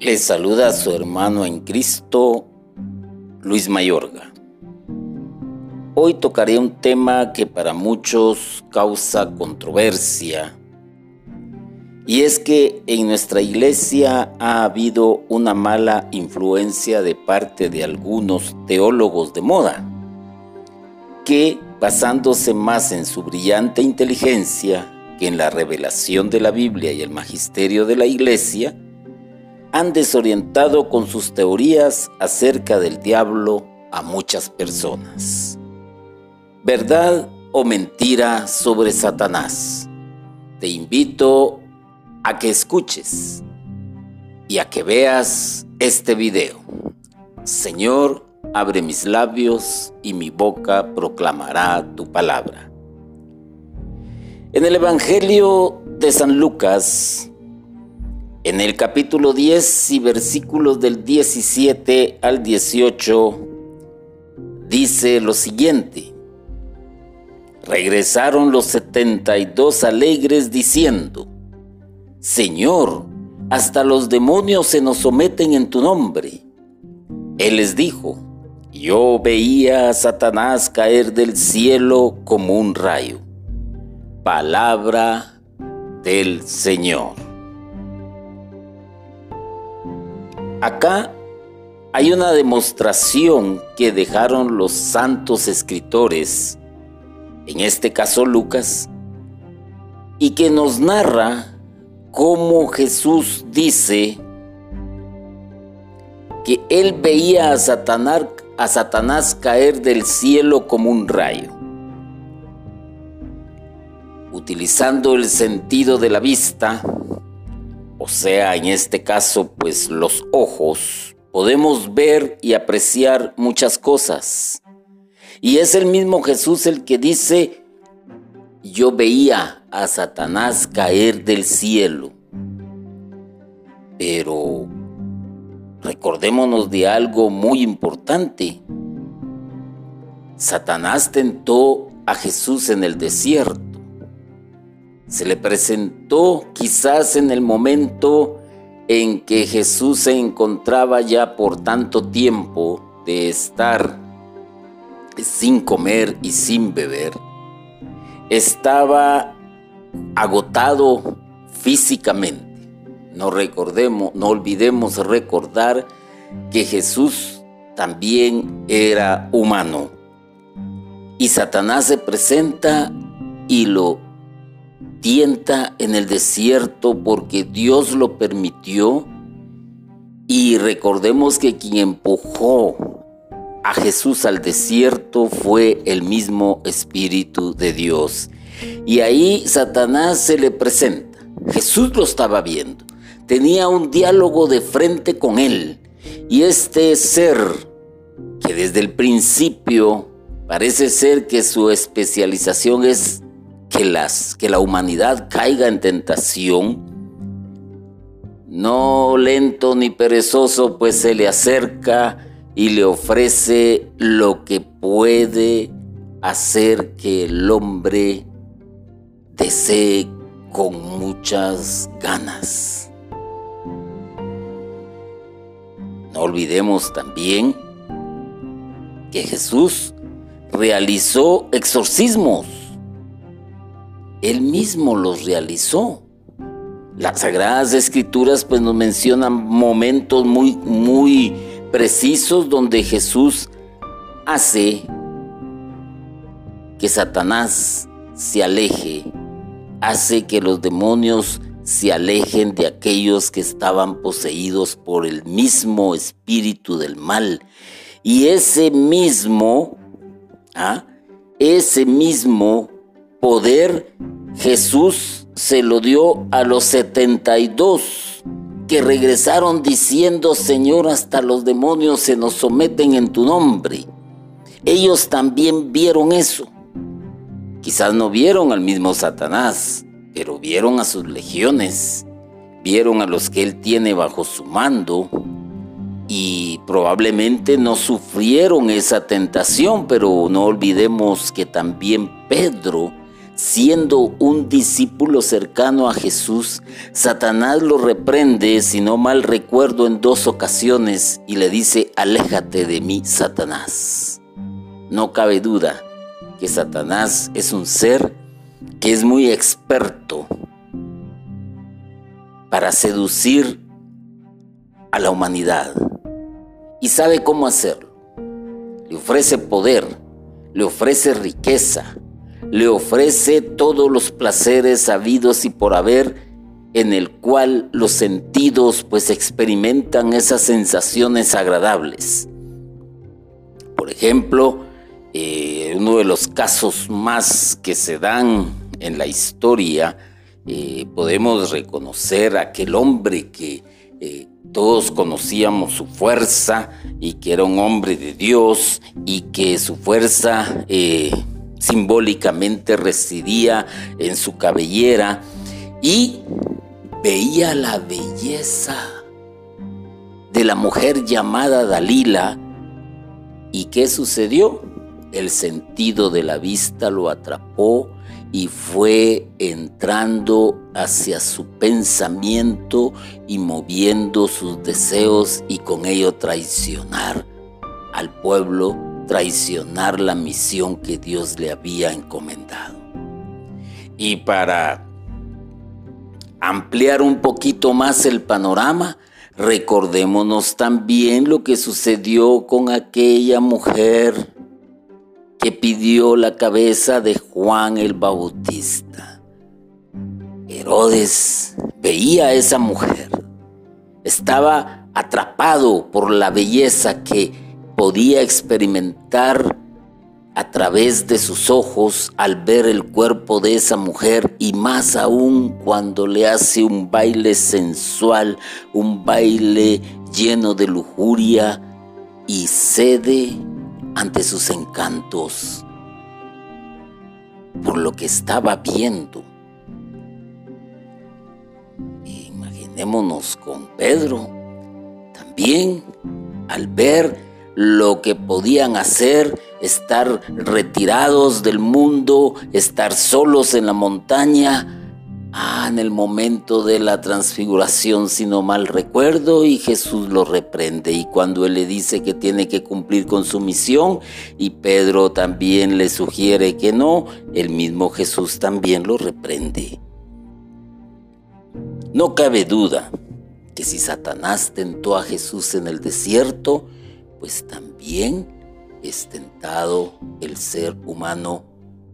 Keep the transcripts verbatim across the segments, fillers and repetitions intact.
Les saluda a su hermano en Cristo, Luis Mayorga. Hoy tocaré un tema que para muchos causa controversia, y es que en nuestra iglesia ha habido una mala influencia de parte de algunos teólogos de moda, que basándose más en su brillante inteligencia que en la revelación de la Biblia y el magisterio de la iglesia, han desorientado con sus teorías acerca del diablo a muchas personas. ¿Verdad o mentira sobre Satanás? Te invito a que escuches y a que veas este video. Señor, abre mis labios y mi boca proclamará tu palabra. En el Evangelio de San Lucas, en el capítulo diez y versículos del diecisiete al dieciocho, dice lo siguiente: regresaron los setenta y dos alegres diciendo: Señor, hasta los demonios se nos someten en tu nombre. Él les dijo: yo veía a Satanás caer del cielo como un rayo. Palabra del Señor. Acá hay una demostración que dejaron los santos escritores, en este caso Lucas, y que nos narra cómo Jesús dice que él veía a Satanás, a Satanás caer del cielo como un rayo. Utilizando el sentido de la vista, o sea, en este caso, pues los ojos, podemos ver y apreciar muchas cosas. Y es el mismo Jesús el que dice: yo veía a Satanás caer del cielo. Pero recordémonos de algo muy importante. Satanás tentó a Jesús en el desierto. Se le presentó quizás en el momento en que Jesús se encontraba ya por tanto tiempo de estar sin comer y sin beber. Estaba agotado físicamente. No recordemos, no olvidemos recordar que Jesús también era humano. Y Satanás se presenta y lo tienta en el desierto porque Dios lo permitió. Y recordemos que quien empujó a Jesús al desierto fue el mismo Espíritu de Dios. Y ahí Satanás se le presenta. Jesús lo estaba viendo. Tenía un diálogo de frente con él. Y este ser, que desde el principio parece ser que su especialización es que, las, que la humanidad caiga en tentación, no lento ni perezoso, pues se le acerca y le ofrece lo que puede hacer que el hombre desee con muchas ganas. No olvidemos también que Jesús realizó exorcismos. Él mismo los realizó. Las Sagradas Escrituras pues nos mencionan momentos muy, muy precisos donde Jesús hace que Satanás se aleje, hace que los demonios se alejen de aquellos que estaban poseídos por el mismo espíritu del mal. Y ese mismo, ¿ah? ese mismo poder Jesús se lo dio a los setenta y dos que regresaron diciendo: Señor, hasta los demonios se nos someten en tu nombre. Ellos también vieron eso. Quizás no vieron al mismo Satanás, pero vieron a sus legiones, vieron a los que él tiene bajo su mando, y probablemente no sufrieron esa tentación, pero no olvidemos que también Pedro siendo un discípulo cercano a Jesús, Satanás lo reprende, si no mal recuerdo, en dos ocasiones y le dice: aléjate de mí, Satanás. No cabe duda que Satanás es un ser que es muy experto para seducir a la humanidad y sabe cómo hacerlo. Le ofrece poder, le ofrece riqueza, le ofrece todos los placeres habidos y por haber, en el cual los sentidos pues experimentan esas sensaciones agradables. Por ejemplo, eh, uno de los casos más que se dan en la historia, eh, podemos reconocer a aquel hombre que eh, todos conocíamos su fuerza y que era un hombre de Dios y que su fuerza eh, simbólicamente residía en su cabellera y veía la belleza de la mujer llamada Dalila. ¿Y qué sucedió? El sentido de la vista lo atrapó y fue entrando hacia su pensamiento y moviendo sus deseos y con ello traicionar al pueblo, traicionar la misión que Dios le había encomendado. Y para ampliar un poquito más el panorama, recordémonos también lo que sucedió con aquella mujer que pidió la cabeza de Juan el Bautista. Herodes veía a esa mujer, estaba atrapado por la belleza que podía experimentar a través de sus ojos al ver el cuerpo de esa mujer, y más aún cuando le hace un baile sensual, un baile lleno de lujuria, y cede ante sus encantos por lo que estaba viendo. Imaginémonos con Pedro, también al ver lo que podían hacer, estar retirados del mundo, estar solos en la montaña, ah, en el momento de la transfiguración, si no mal recuerdo, y Jesús lo reprende, y cuando él le dice que tiene que cumplir con su misión, y Pedro también le sugiere que no, el mismo Jesús también lo reprende. No cabe duda que si Satanás tentó a Jesús en el desierto, pues también es tentado el ser humano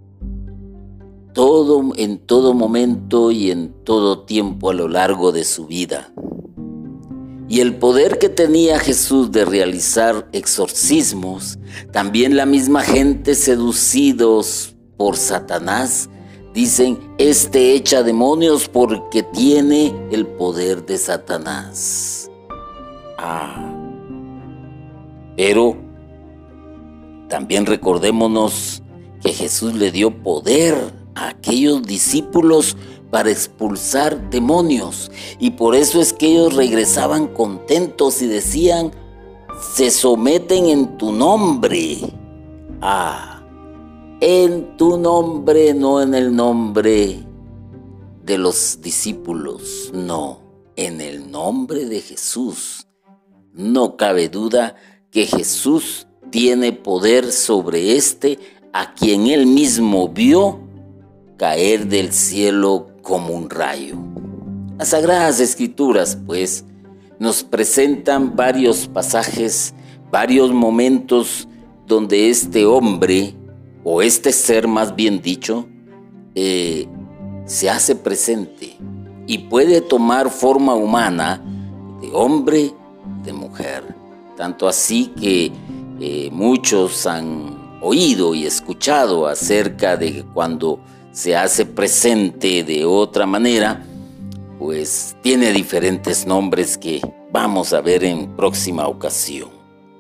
todo, en todo momento y en todo tiempo a lo largo de su vida. Y el poder que tenía Jesús de realizar exorcismos, también la misma gente seducidos por Satanás dicen: este echa demonios porque tiene el poder de Satanás. Ah, pero también recordémonos que Jesús le dio poder a aquellos discípulos para expulsar demonios, y por eso es que ellos regresaban contentos y decían: se someten en tu nombre. Ah, en tu nombre, no en el nombre de los discípulos, no, en el nombre de Jesús. No cabe duda que Jesús tiene poder sobre este, a quien él mismo vio caer del cielo como un rayo. Las Sagradas Escrituras, pues, nos presentan varios pasajes, varios momentos donde este hombre, o este ser más bien dicho, eh, se hace presente y puede tomar forma humana de hombre, de mujer. Tanto así que eh, muchos han oído y escuchado acerca de que cuando se hace presente de otra manera, pues tiene diferentes nombres que vamos a ver en próxima ocasión.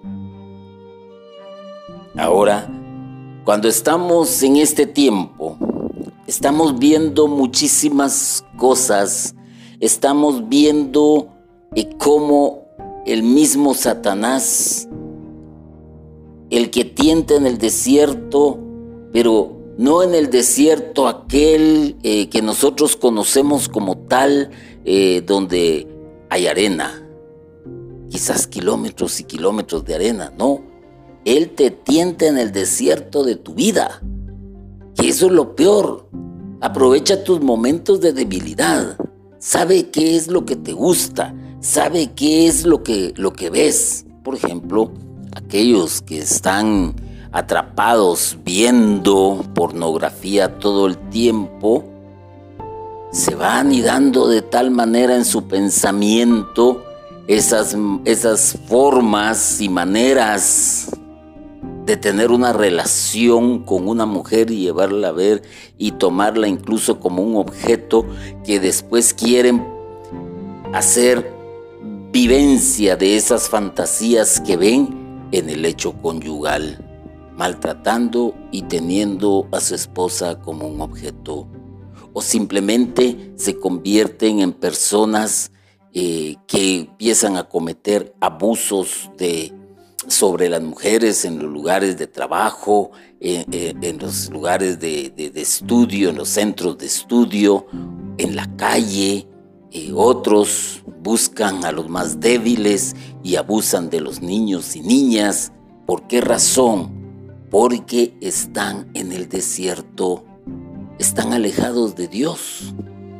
Ahora, cuando estamos en este tiempo, estamos viendo muchísimas cosas, estamos viendo eh, cómo el mismo Satanás, el que tienta en el desierto, pero no en el desierto aquel eh, que nosotros conocemos como tal, eh, donde hay arena, quizás kilómetros y kilómetros de arena. No, Él te tienta en el desierto de tu vida, que eso es lo peor. Aprovecha tus momentos de debilidad, sabe qué es lo que te gusta, sabe qué es lo que, lo que ves. Por ejemplo, aquellos que están atrapados viendo pornografía todo el tiempo, se va anidando de tal manera en su pensamiento esas, esas formas y maneras de tener una relación con una mujer y llevarla a ver y tomarla incluso como un objeto que después quieren hacer vivencia de esas fantasías que ven en el hecho conyugal, maltratando y teniendo a su esposa como un objeto, o simplemente se convierten en personas eh, que empiezan a cometer abusos de, sobre las mujeres en los lugares de trabajo, eh, eh, en los lugares de, de, de estudio, en los centros de estudio, en la calle. Eh, otros buscan a los más débiles y abusan de los niños y niñas. ¿Por qué razón? Porque están en el desierto, están alejados de Dios.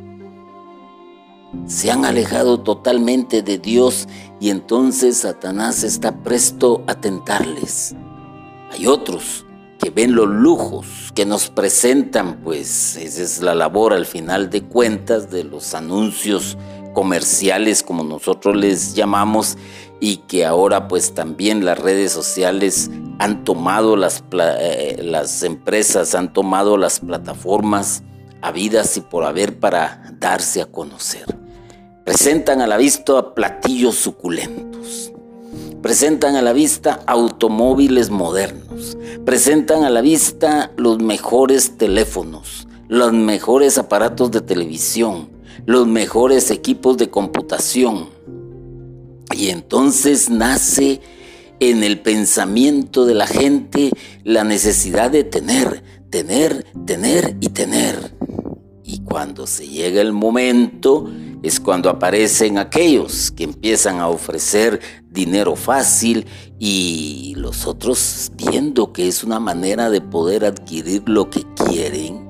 Se han alejado totalmente de Dios y entonces Satanás está presto a tentarles. Hay otros que ven los lujos que nos presentan, pues esa es la labor al final de cuentas de los anuncios comerciales, como nosotros les llamamos, y que ahora pues también las redes sociales han tomado, las, eh, las empresas han tomado las plataformas habidas y por haber para darse a conocer. Presentan a la vista platillos suculentos, presentan a la vista automóviles modernos, presentan a la vista los mejores teléfonos, los mejores aparatos de televisión, los mejores equipos de computación. Y entonces nace en el pensamiento de la gente la necesidad de tener, tener, tener y tener. Y cuando se llega el momento es cuando aparecen aquellos que empiezan a ofrecer dinero fácil y los otros, viendo que es una manera de poder adquirir lo que quieren,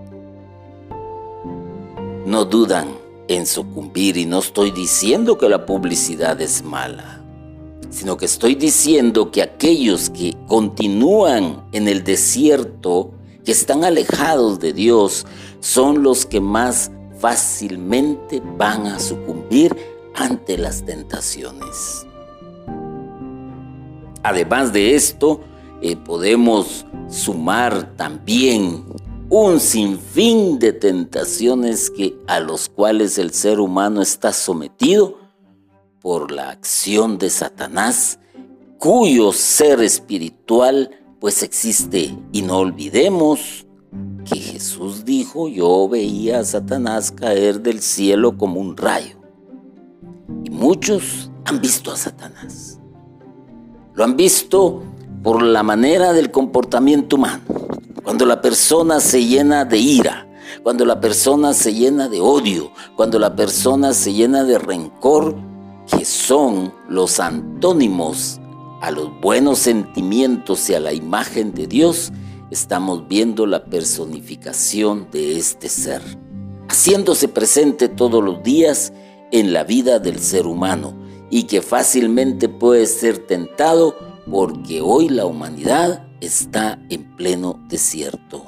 no dudan en sucumbir. Y no estoy diciendo que la publicidad es mala, sino que estoy diciendo que aquellos que continúan en el desierto, que están alejados de Dios, son los que más fácilmente van a sucumbir ante las tentaciones. Además de esto, eh, podemos sumar también un sinfín de tentaciones que, a los cuales el ser humano está sometido por la acción de Satanás, cuyo ser espiritual pues existe. Y no olvidemos que Jesús dijo: yo veía a Satanás caer del cielo como un rayo. Y muchos han visto a Satanás. Lo han visto por la manera del comportamiento humano. Cuando la persona se llena de ira, cuando la persona se llena de odio, cuando la persona se llena de rencor, que son los antónimos a los buenos sentimientos y a la imagen de Dios, estamos viendo la personificación de este ser, haciéndose presente todos los días en la vida del ser humano, y que fácilmente puede ser tentado porque hoy la humanidad está en pleno desierto.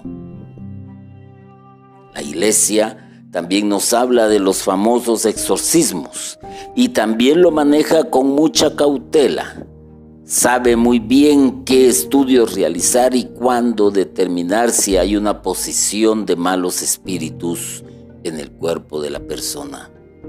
La iglesia también nos habla de los famosos exorcismos y también lo maneja con mucha cautela. Sabe muy bien qué estudios realizar y cuándo determinar si hay una posición de malos espíritus en el cuerpo de la persona.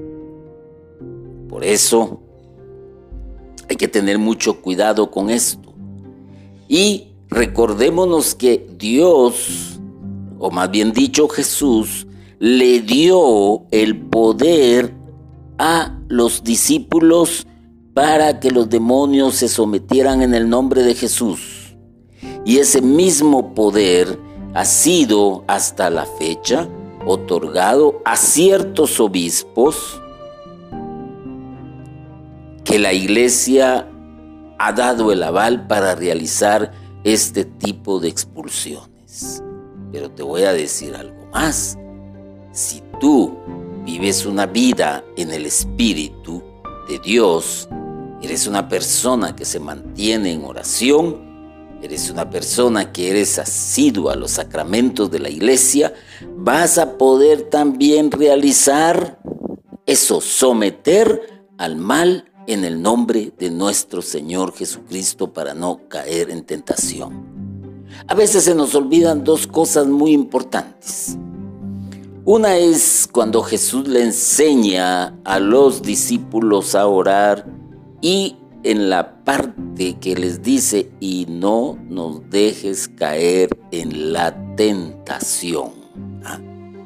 Por eso hay que tener mucho cuidado con esto. Y recordémonos que Dios, o más bien dicho Jesús, le dio el poder a los discípulos para que los demonios se sometieran en el nombre de Jesús. Y ese mismo poder ha sido hasta la fecha otorgado a ciertos obispos que la Iglesia ha dado el aval para realizar este tipo de expulsiones. Pero te voy a decir algo más. Si tú vives una vida en el Espíritu de Dios, eres una persona que se mantiene en oración, eres una persona que eres asidua a los sacramentos de la Iglesia, vas a poder también realizar eso, someter al mal en el nombre de nuestro Señor Jesucristo para no caer en tentación. A veces se nos olvidan dos cosas muy importantes. Una es cuando Jesús le enseña a los discípulos a orar y en la parte que les dice, y no nos dejes caer en la tentación. ¿Ah?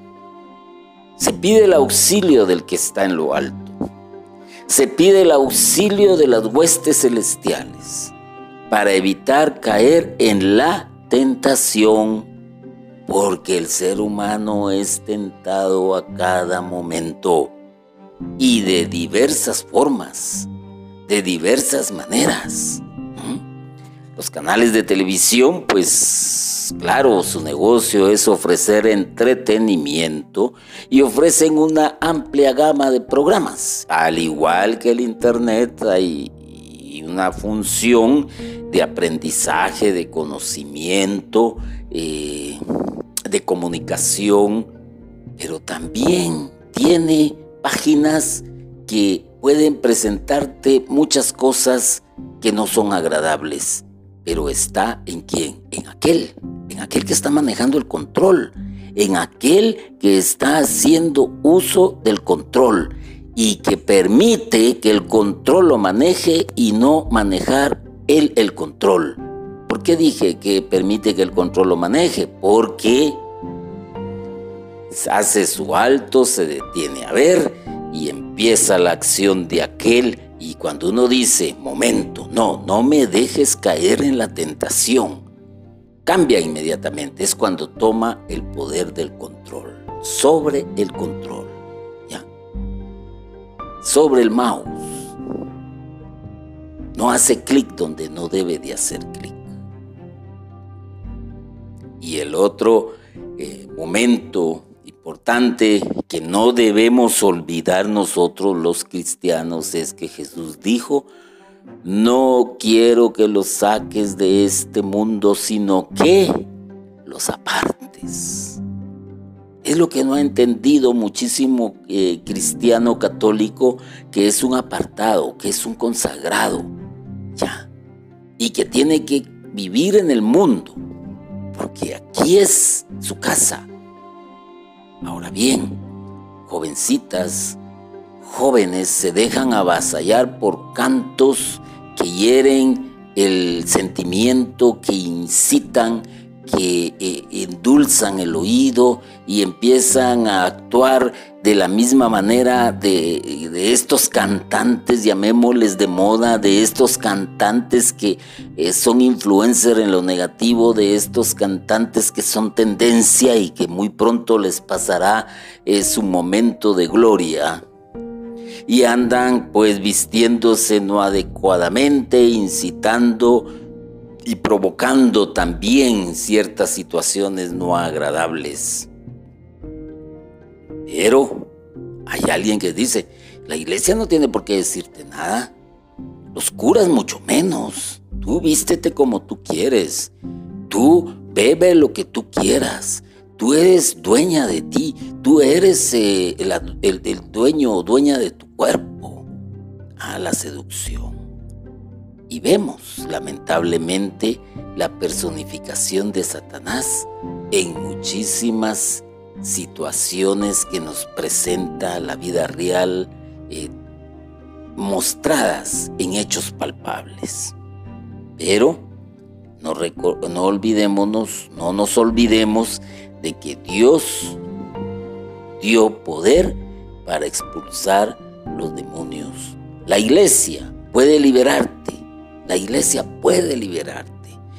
Se pide el auxilio del que está en lo alto. Se pide el auxilio de las huestes celestiales para evitar caer en la tentación, porque el ser humano es tentado a cada momento y de diversas formas, de diversas maneras. Los canales de televisión, pues claro, su negocio es ofrecer entretenimiento y ofrecen una amplia gama de programas. Al igual que el internet, hay una función de aprendizaje, de conocimiento, eh, de comunicación, pero también tiene páginas que pueden presentarte muchas cosas que no son agradables. Pero está en quién, en aquel, en aquel que está manejando el control, en aquel que está haciendo uso del control y que permite que el control lo maneje y no manejar él el control. ¿Por qué dije que permite que el control lo maneje? Porque hace su alto, se detiene a ver y empieza la acción de aquel. Y cuando uno dice, momento, no, no me dejes caer en la tentación, cambia inmediatamente. Es cuando toma el poder del control, sobre el control, ¿ya? Sobre el mouse. No hace clic donde no debe de hacer clic. Y el otro eh, momento importante que no debemos olvidar nosotros los cristianos es que Jesús dijo, no quiero que los saques de este mundo, sino que los apartes. Es lo que no ha entendido muchísimo eh, cristiano católico, que es un apartado, que es un consagrado, ya, y que tiene que vivir en el mundo, porque aquí es su casa. Ahora bien, jovencitas, jóvenes se dejan avasallar por cantos que hieren el sentimiento, que incitan, que eh, endulzan el oído y empiezan a actuar de la misma manera de, de estos cantantes, llamémosles de moda, de estos cantantes que eh, son influencers en lo negativo, de estos cantantes que son tendencia y que muy pronto les pasará eh, su momento de gloria. Y andan pues vistiéndose no adecuadamente, incitando y provocando también ciertas situaciones no agradables. Pero hay alguien que dice, la iglesia no tiene por qué decirte nada, los curas mucho menos, tú vístete como tú quieres, tú bebe lo que tú quieras, tú eres dueña de ti, tú eres eh, el, el, el dueño o dueña de tu cuerpo. A la seducción. Y vemos, lamentablemente, la personificación de Satanás en muchísimas situaciones que nos presenta la vida real, eh, mostradas en hechos palpables. Pero no, no olvidémonos, no nos olvidemos de que Dios dio poder para expulsar los demonios. La iglesia puede liberarte. La iglesia puede liberarte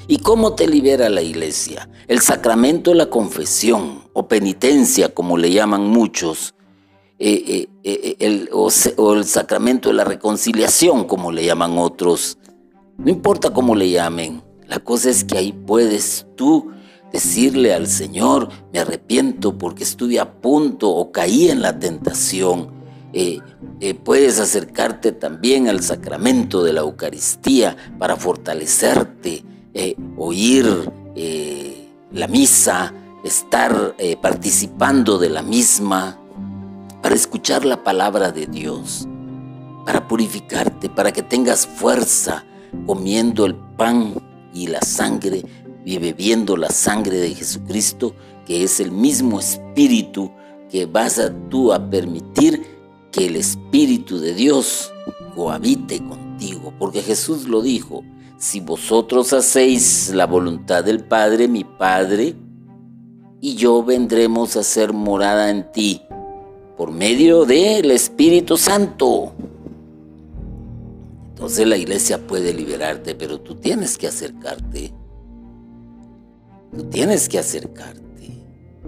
¿Y cómo te libera la iglesia? El sacramento de la confesión o penitencia, como le llaman muchos, eh, eh, eh, el, o, se, o el sacramento de la reconciliación, como le llaman otros. No importa cómo le llamen, la cosa es que ahí puedes tú decirle al Señor: me arrepiento porque estuve a punto o caí en la tentación. Eh, eh, puedes acercarte también al sacramento de la Eucaristía para fortalecerte, eh, oír eh, la misa, estar eh, participando de la misma, para escuchar la palabra de Dios, para purificarte, para que tengas fuerza comiendo el pan y la sangre y bebiendo la sangre de Jesucristo, que es el mismo Espíritu que vas a tú a permitir que el Espíritu de Dios cohabite contigo, porque Jesús lo dijo: si vosotros hacéis la voluntad del Padre, mi Padre y yo vendremos a hacer morada en ti por medio del Espíritu Santo. Entonces la iglesia puede liberarte, pero tú tienes que acercarte. Tú tienes que acercarte.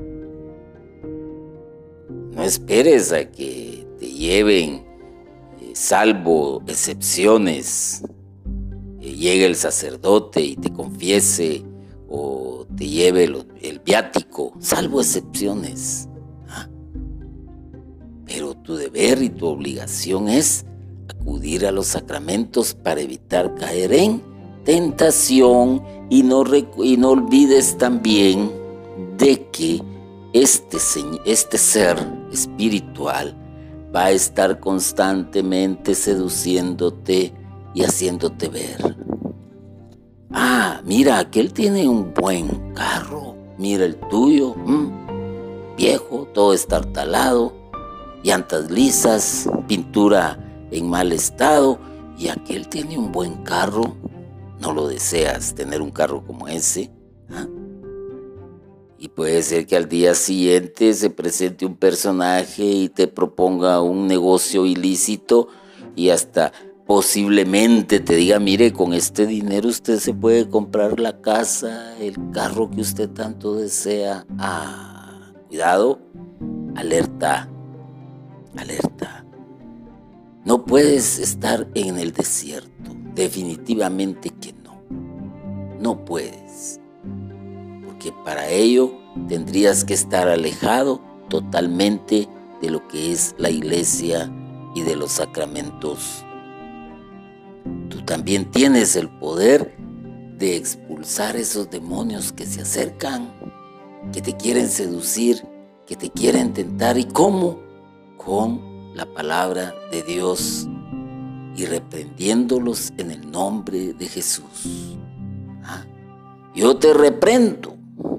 No esperes a que te lleven, eh, salvo excepciones, eh, llegue el sacerdote y te confiese, o te lleve el, el viático, salvo excepciones. ¿Ah? Pero tu deber y tu obligación es acudir a los sacramentos para evitar caer en tentación, y no, y no olvides también de que este, este ser espiritual va a estar constantemente seduciéndote y haciéndote ver: ah, mira, aquel tiene un buen carro, mira el tuyo, mmm, viejo, todo estartalado, llantas lisas, pintura en mal estado, y aquel tiene un buen carro. ¿No lo deseas tener un carro como ese? ¿Ah? Y puede ser que al día siguiente se presente un personaje y te proponga un negocio ilícito, y hasta posiblemente te diga: mire, con este dinero usted se puede comprar la casa, el carro que usted tanto desea. Ah, cuidado, alerta, alerta. No puedes estar en el desierto, definitivamente que no, no puedes, porque para ello tendrías que estar alejado totalmente de lo que es la iglesia y de los sacramentos. Tú también tienes el poder de expulsar esos demonios que se acercan, que te quieren seducir, que te quieren tentar. ¿Y cómo? Con la palabra de Dios y reprendiéndolos en el nombre de Jesús. ¿Ah? Yo te reprendo,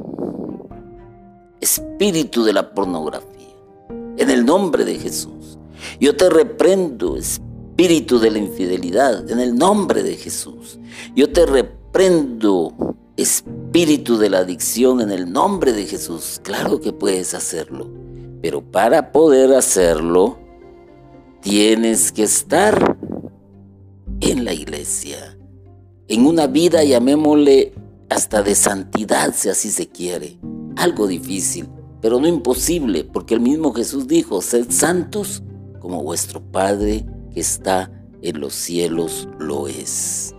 espíritu de la pornografía, en el nombre de Jesús. Yo te reprendo, espíritu de la infidelidad, en el nombre de Jesús. Yo te reprendo, espíritu de la adicción, en el nombre de Jesús. Claro que puedes hacerlo, pero para poder hacerlo tienes que estar en la iglesia, en una vida, llamémosle hasta de santidad, si así se quiere. Algo difícil, pero no imposible, porque el mismo Jesús dijo: sed santos como vuestro Padre que está en los cielos lo es.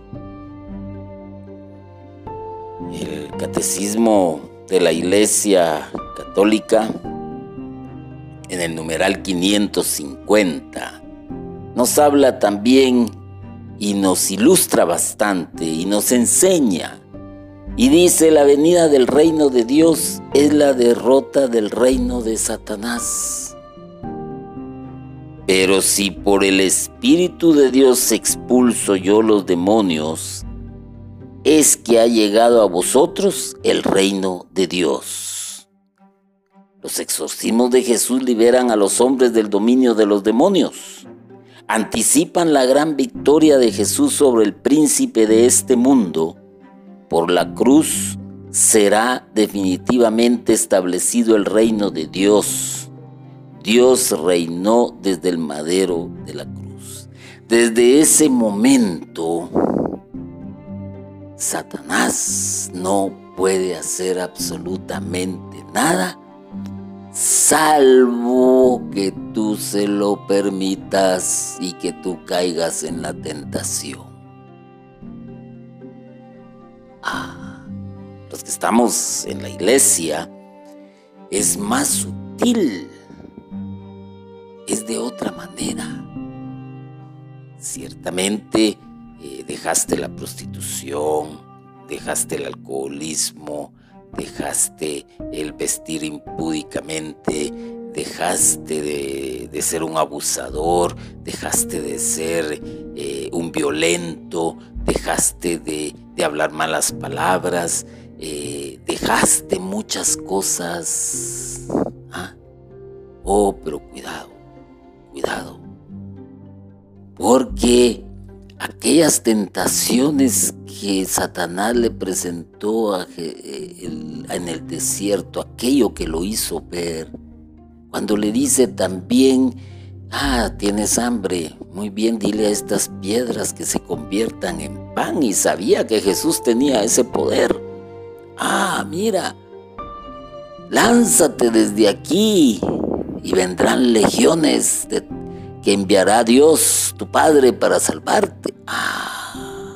El Catecismo de la Iglesia Católica, en el numeral quinientos cincuenta, nos habla también y nos ilustra bastante y nos enseña, y dice: la venida del reino de Dios es la derrota del reino de Satanás. Pero si por el Espíritu de Dios expulso yo los demonios, es que ha llegado a vosotros el reino de Dios. Los exorcismos de Jesús liberan a los hombres del dominio de los demonios. Anticipan la gran victoria de Jesús sobre el príncipe de este mundo. Por la cruz será definitivamente establecido el reino de Dios. Dios reinó desde el madero de la cruz. Desde ese momento Satanás no puede hacer absolutamente nada salvo que tú se lo permitas y que tú caigas en la tentación. Ah, los que estamos en la iglesia es más sutil, es de otra manera. Ciertamente eh, dejaste la prostitución, dejaste el alcoholismo, dejaste el vestir impúdicamente, dejaste de, de ser un abusador, dejaste de ser eh, un violento, dejaste de, de hablar malas palabras, eh, dejaste muchas cosas. ¿Ah? Oh, pero cuidado, cuidado, porque aquellas tentaciones que Satanás le presentó a, el, en el desierto, aquello que lo hizo ver, cuando le dice también, ah, tienes hambre, muy bien, dile a estas piedras que se conviertan en pan, y sabía que Jesús tenía ese poder. Ah, mira, lánzate desde aquí y vendrán legiones de que enviará Dios, tu Padre, para salvarte. Ah,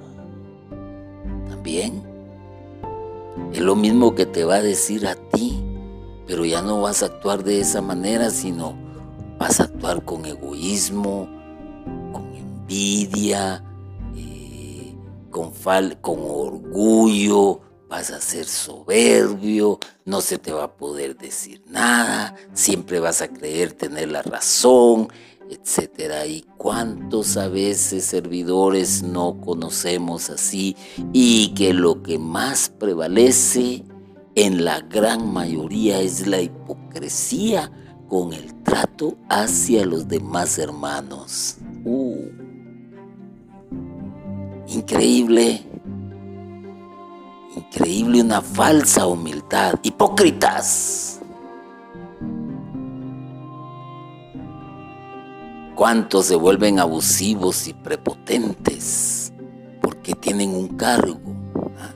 también es lo mismo que te va a decir a ti, pero ya no vas a actuar de esa manera, sino vas a actuar con egoísmo, con envidia, eh, con, fal con orgullo, vas a ser soberbio, no se te va a poder decir nada, siempre vas a creer tener la razón, etcétera. Y cuántos a veces servidores no conocemos así, y que lo que más prevalece en la gran mayoría es la hipocresía con el trato hacia los demás hermanos. Uh, increíble. Increíble, una falsa humildad. Hipócritas. ¿Cuántos se vuelven abusivos y prepotentes porque tienen un cargo? ¿Ah?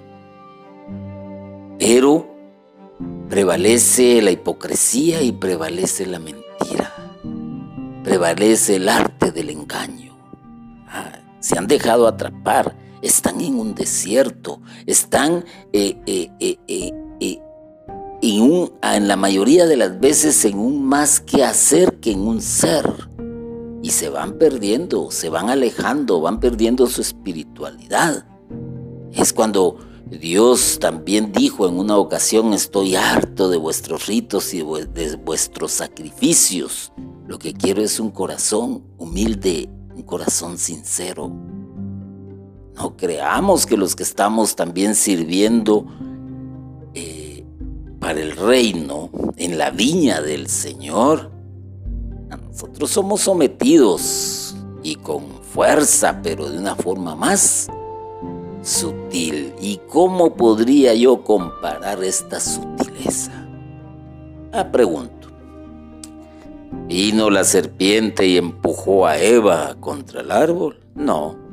Pero prevalece la hipocresía y prevalece la mentira. Prevalece el arte del engaño. ¿Ah? Se han dejado atrapar. Están en un desierto, están eh, eh, eh, eh, eh, en, un, en la mayoría de las veces en un más que hacer que en un ser. Y se van perdiendo, se van alejando, van perdiendo su espiritualidad. Es cuando Dios también dijo en una ocasión: estoy harto de vuestros ritos y de vuestros sacrificios. Lo que quiero es un corazón humilde, un corazón sincero. No creamos que los que estamos también sirviendo eh, para el reino, en la viña del Señor, nosotros somos sometidos y con fuerza, pero de una forma más sutil. ¿Y cómo podría yo comparar esta sutileza? Ah, pregunto. ¿Vino la serpiente y empujó a Eva contra el árbol? No.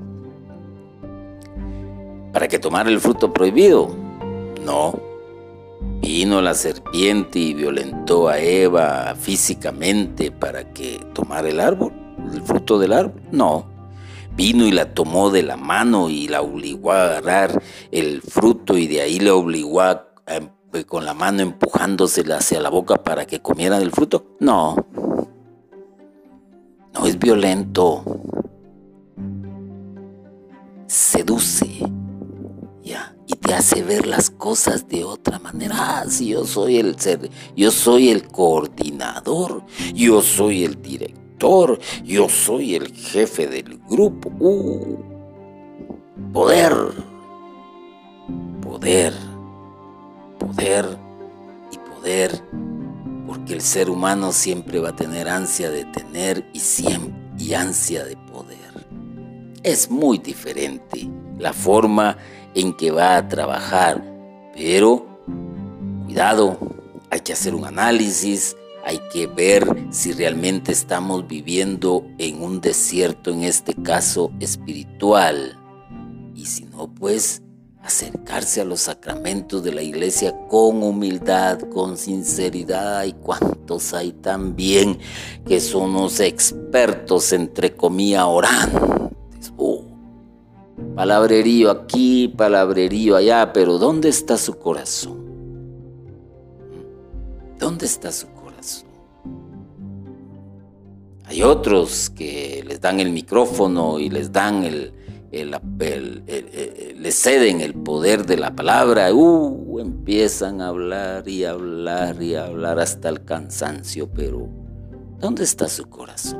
¿Para que tomara el fruto prohibido? No. ¿Vino la serpiente y violentó a Eva físicamente para que tomara el árbol, el fruto del árbol? No. ¿Vino y la tomó de la mano y la obligó a agarrar el fruto y de ahí le obligó a, a, con la mano empujándosela hacia la boca para que comiera del fruto? No. No es violento. Seduce. Ya, y te hace ver las cosas de otra manera. Ah, si yo soy el ser, yo soy el coordinador, yo soy el director, yo soy el jefe del grupo. Uh, poder, poder, poder y poder, porque el ser humano siempre va a tener ansia de tener y siempre y ansia de poder. Es muy diferente la forma en que va a trabajar, pero cuidado, hay que hacer un análisis, hay que ver si realmente estamos viviendo en un desierto, en este caso espiritual, y si no, pues acercarse a los sacramentos de la iglesia con humildad, con sinceridad. Y cuántos hay también que son unos expertos, entre comillas, orantes. Oh, palabrerío aquí, palabrerío allá, pero ¿dónde está su corazón? ¿Dónde está su corazón? Hay otros que les dan el micrófono y les dan el, el, el, el, el, el les ceden el poder de la palabra. Uh, empiezan a hablar y hablar y hablar hasta el cansancio, pero ¿dónde está su corazón?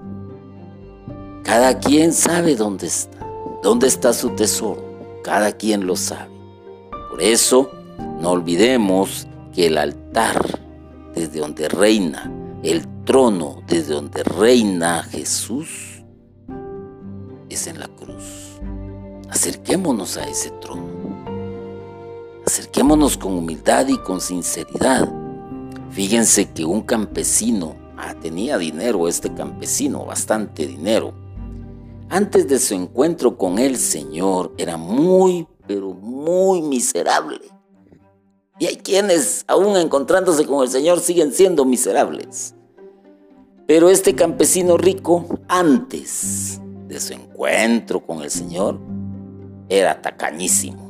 Cada quien sabe dónde está, dónde está su tesoro. Cada quien lo sabe. Por eso, no olvidemos que el altar desde donde reina, el trono desde donde reina Jesús, es en la cruz. Acerquémonos a ese trono. Acerquémonos con humildad y con sinceridad. Fíjense que un campesino, ah, tenía dinero este campesino, bastante dinero. Antes de su encuentro con el Señor, era muy, pero muy miserable. Y hay quienes, aún encontrándose con el Señor, siguen siendo miserables. Pero este campesino rico, antes de su encuentro con el Señor, era tacañísimo.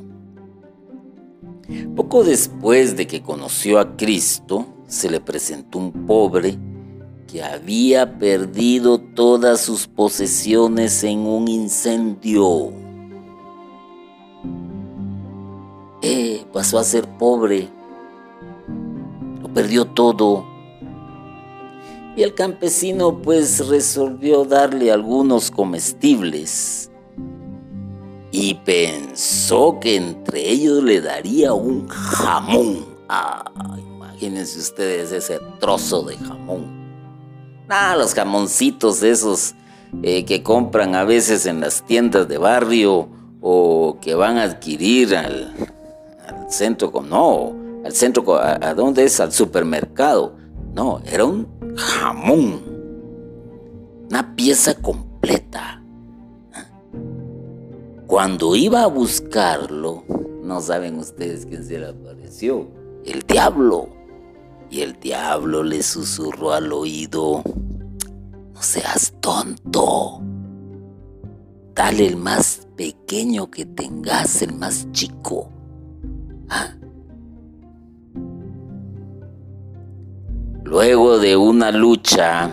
Poco después de que conoció a Cristo, se le presentó un pobre que había perdido todas sus posesiones en un incendio. Eh, pasó a ser pobre, lo perdió todo. Y el campesino pues resolvió darle algunos comestibles y pensó que entre ellos le daría un jamón. Ah, imagínense ustedes ese trozo de jamón. Ah, los jamoncitos esos eh, que compran a veces en las tiendas de barrio o que van a adquirir al, al centro, no, al centro, ¿a, a dónde es? Al supermercado. No, era un jamón, una pieza completa. Cuando iba a buscarlo, no saben ustedes quién se le apareció, el diablo. Y el diablo le susurró al oído: no seas tonto, dale el más pequeño que tengas, el más chico. ¿Ah? Luego de una lucha,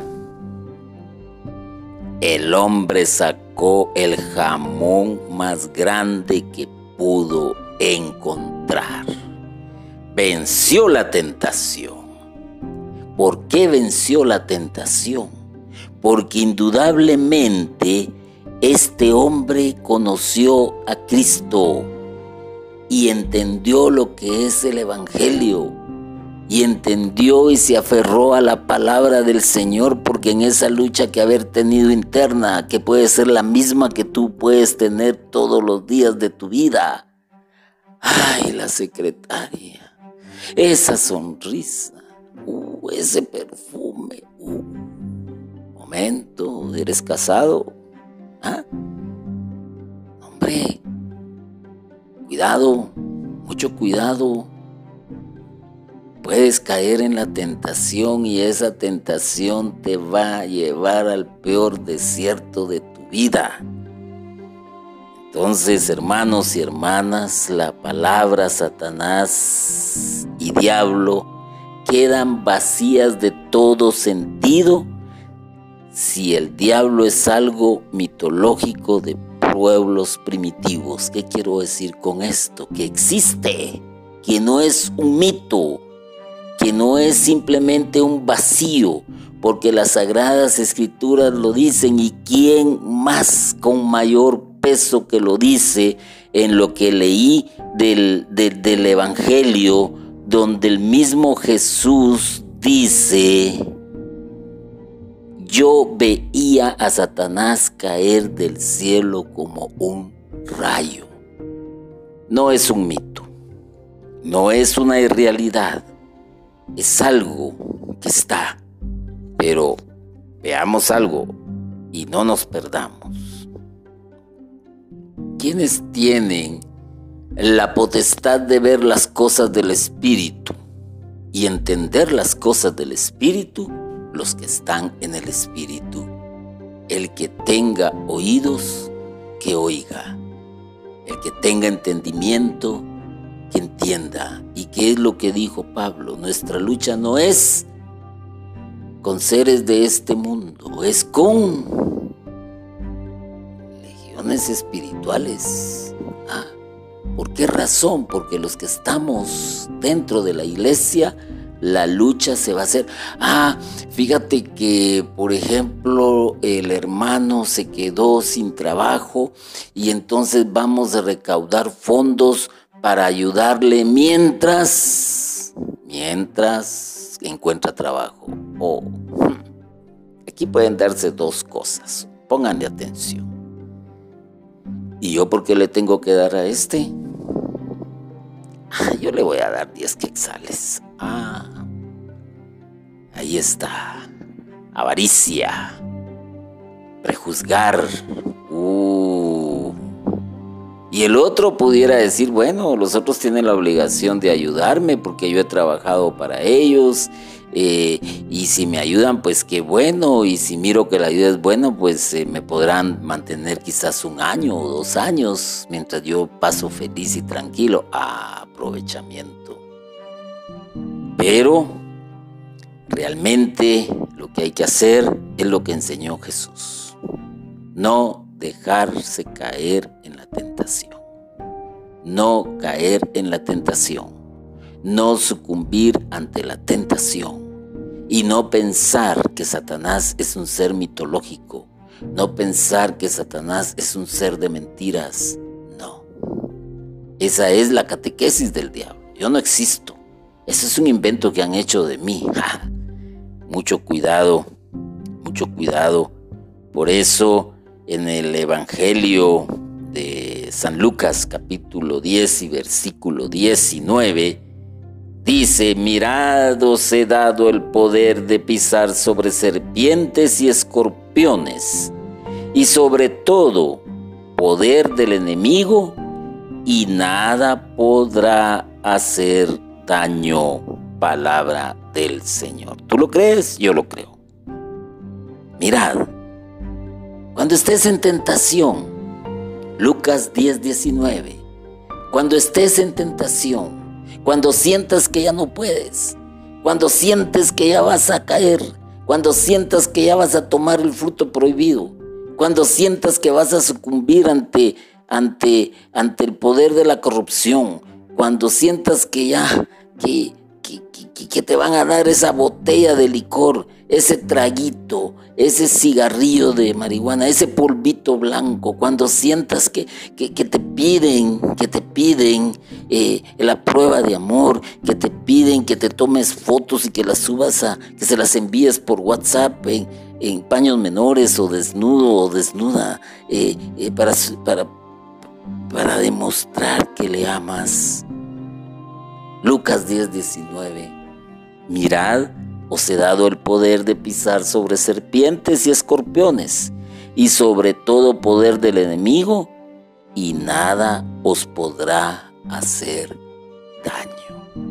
el hombre sacó el jamón más grande que pudo encontrar. Venció la tentación. ¿Por qué venció la tentación? Porque indudablemente este hombre conoció a Cristo y entendió lo que es el Evangelio. Y entendió y se aferró a la palabra del Señor, porque en esa lucha que haber tenido interna, que puede ser la misma que tú puedes tener todos los días de tu vida. Ay, la secretaria, esa sonrisa, uh, ese perfume, uh. Momento, ¿eres casado? ¿Ah? Hombre, cuidado, mucho cuidado. Puedes caer en la tentación y esa tentación te va a llevar al peor desierto de tu vida. Entonces, hermanos y hermanas, la palabra Satanás y diablo quedan vacías de todo sentido si el diablo es algo mitológico de pueblos primitivos. ¿Qué quiero decir con esto? Que existe, que no es un mito, que no es simplemente un vacío, porque las Sagradas Escrituras lo dicen, y quién más con mayor peso que lo dice en lo que leí del, de, del Evangelio, donde el mismo Jesús dice: yo veía a Satanás caer del cielo como un rayo. No es un mito, no es una irrealidad, es algo que está. Pero veamos algo y no nos perdamos. ¿Quiénes tienen la potestad de ver las cosas del Espíritu y entender las cosas del Espíritu, los que están en el Espíritu. El que tenga oídos, que oiga. El que tenga entendimiento, que entienda. ¿Y qué es lo que dijo Pablo? Nuestra lucha no es con seres de este mundo, es con legiones espirituales. Ah, ¿por qué razón? Porque los que estamos dentro de la iglesia, la lucha se va a hacer. Ah, fíjate que, por ejemplo, el hermano se quedó sin trabajo y entonces vamos a recaudar fondos para ayudarle mientras, mientras encuentra trabajo. Oh, aquí pueden darse dos cosas. Pónganle atención. ¿Y yo por qué le tengo que dar a este? Ah, yo le voy a dar diez quetzales. Ah, ahí está. Avaricia. Prejuzgar. Uh. Y el otro pudiera decir, bueno, los otros tienen la obligación de ayudarme porque yo he trabajado para ellos. Eh, y si me ayudan, pues qué bueno. Y si miro que la ayuda es buena, pues eh, me podrán mantener quizás un año o dos años mientras yo paso feliz y tranquilo. Ah, aprovechamiento. Pero realmente lo que hay que hacer es lo que enseñó Jesús. No dejarse caer en la tentación. No caer en la tentación. No sucumbir ante la tentación. Y no pensar que Satanás es un ser mitológico. No pensar que Satanás es un ser de mentiras. No. Esa es la catequesis del diablo. Yo no existo. Ese es un invento que han hecho de mí. ¡Ja! Mucho cuidado, mucho cuidado. Por eso en el Evangelio de San Lucas, capítulo diez y versículo diecinueve, dice: mirad, os he dado el poder de pisar sobre serpientes y escorpiones, y sobre todo poder del enemigo, y nada podrá hacer daño. Palabra del Señor. ¿Tú lo crees? Yo lo creo. Mirad, cuando estés en tentación, Lucas diez, diecinueve, cuando estés en tentación, cuando sientas que ya no puedes, cuando sientes que ya vas a caer, cuando sientas que ya vas a tomar el fruto prohibido, cuando sientas que vas a sucumbir ante, ante, ante el poder de la corrupción, cuando sientas que ya que, que, que, que te van a dar esa botella de licor, ese traguito, ese cigarrillo de marihuana, ese polvito blanco, cuando sientas que, que, que te piden, que te piden eh, la prueba de amor, que te piden que te tomes fotos y que las subas a, que se las envíes por WhatsApp en, en paños menores o desnudo o desnuda, eh, eh, para, para, para demostrar que le amas. Lucas diez, diecinueve. Mirad, os he dado el poder de pisar sobre serpientes y escorpiones, y sobre todo poder del enemigo, y nada os podrá hacer daño.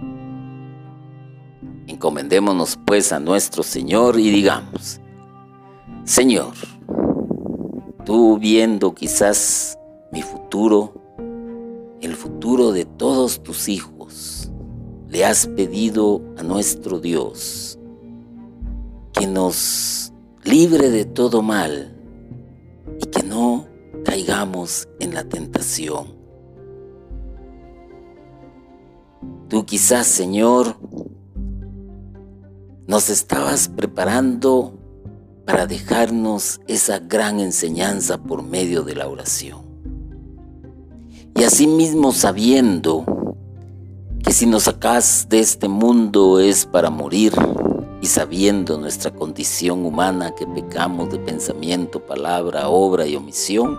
Encomendémonos pues a nuestro Señor y digamos: Señor, tú viendo quizás mi futuro, el futuro de todos tus hijos, le has pedido a nuestro Dios que nos libre de todo mal y que no caigamos en la tentación. Tú quizás, Señor, nos estabas preparando para dejarnos esa gran enseñanza por medio de la oración. Y asimismo, sabiendo que si nos sacas de este mundo es para morir, y sabiendo nuestra condición humana, que pecamos de pensamiento, palabra, obra y omisión,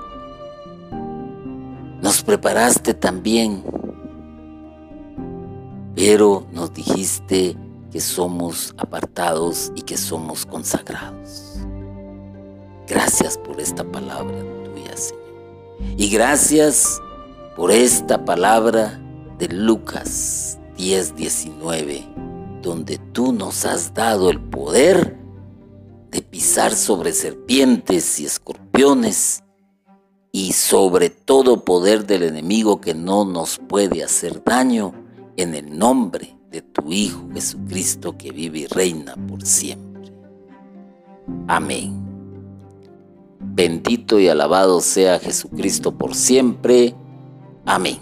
nos preparaste también, pero nos dijiste que somos apartados y que somos consagrados. Gracias por esta palabra tuya, Señor. Y gracias por esta palabra de Lucas diez diecinueve, donde tú nos has dado el poder de pisar sobre serpientes y escorpiones y sobre todo poder del enemigo que no nos puede hacer daño, en el nombre de tu Hijo Jesucristo, que vive y reina por siempre. Amén. Bendito y alabado sea Jesucristo por siempre. Amén.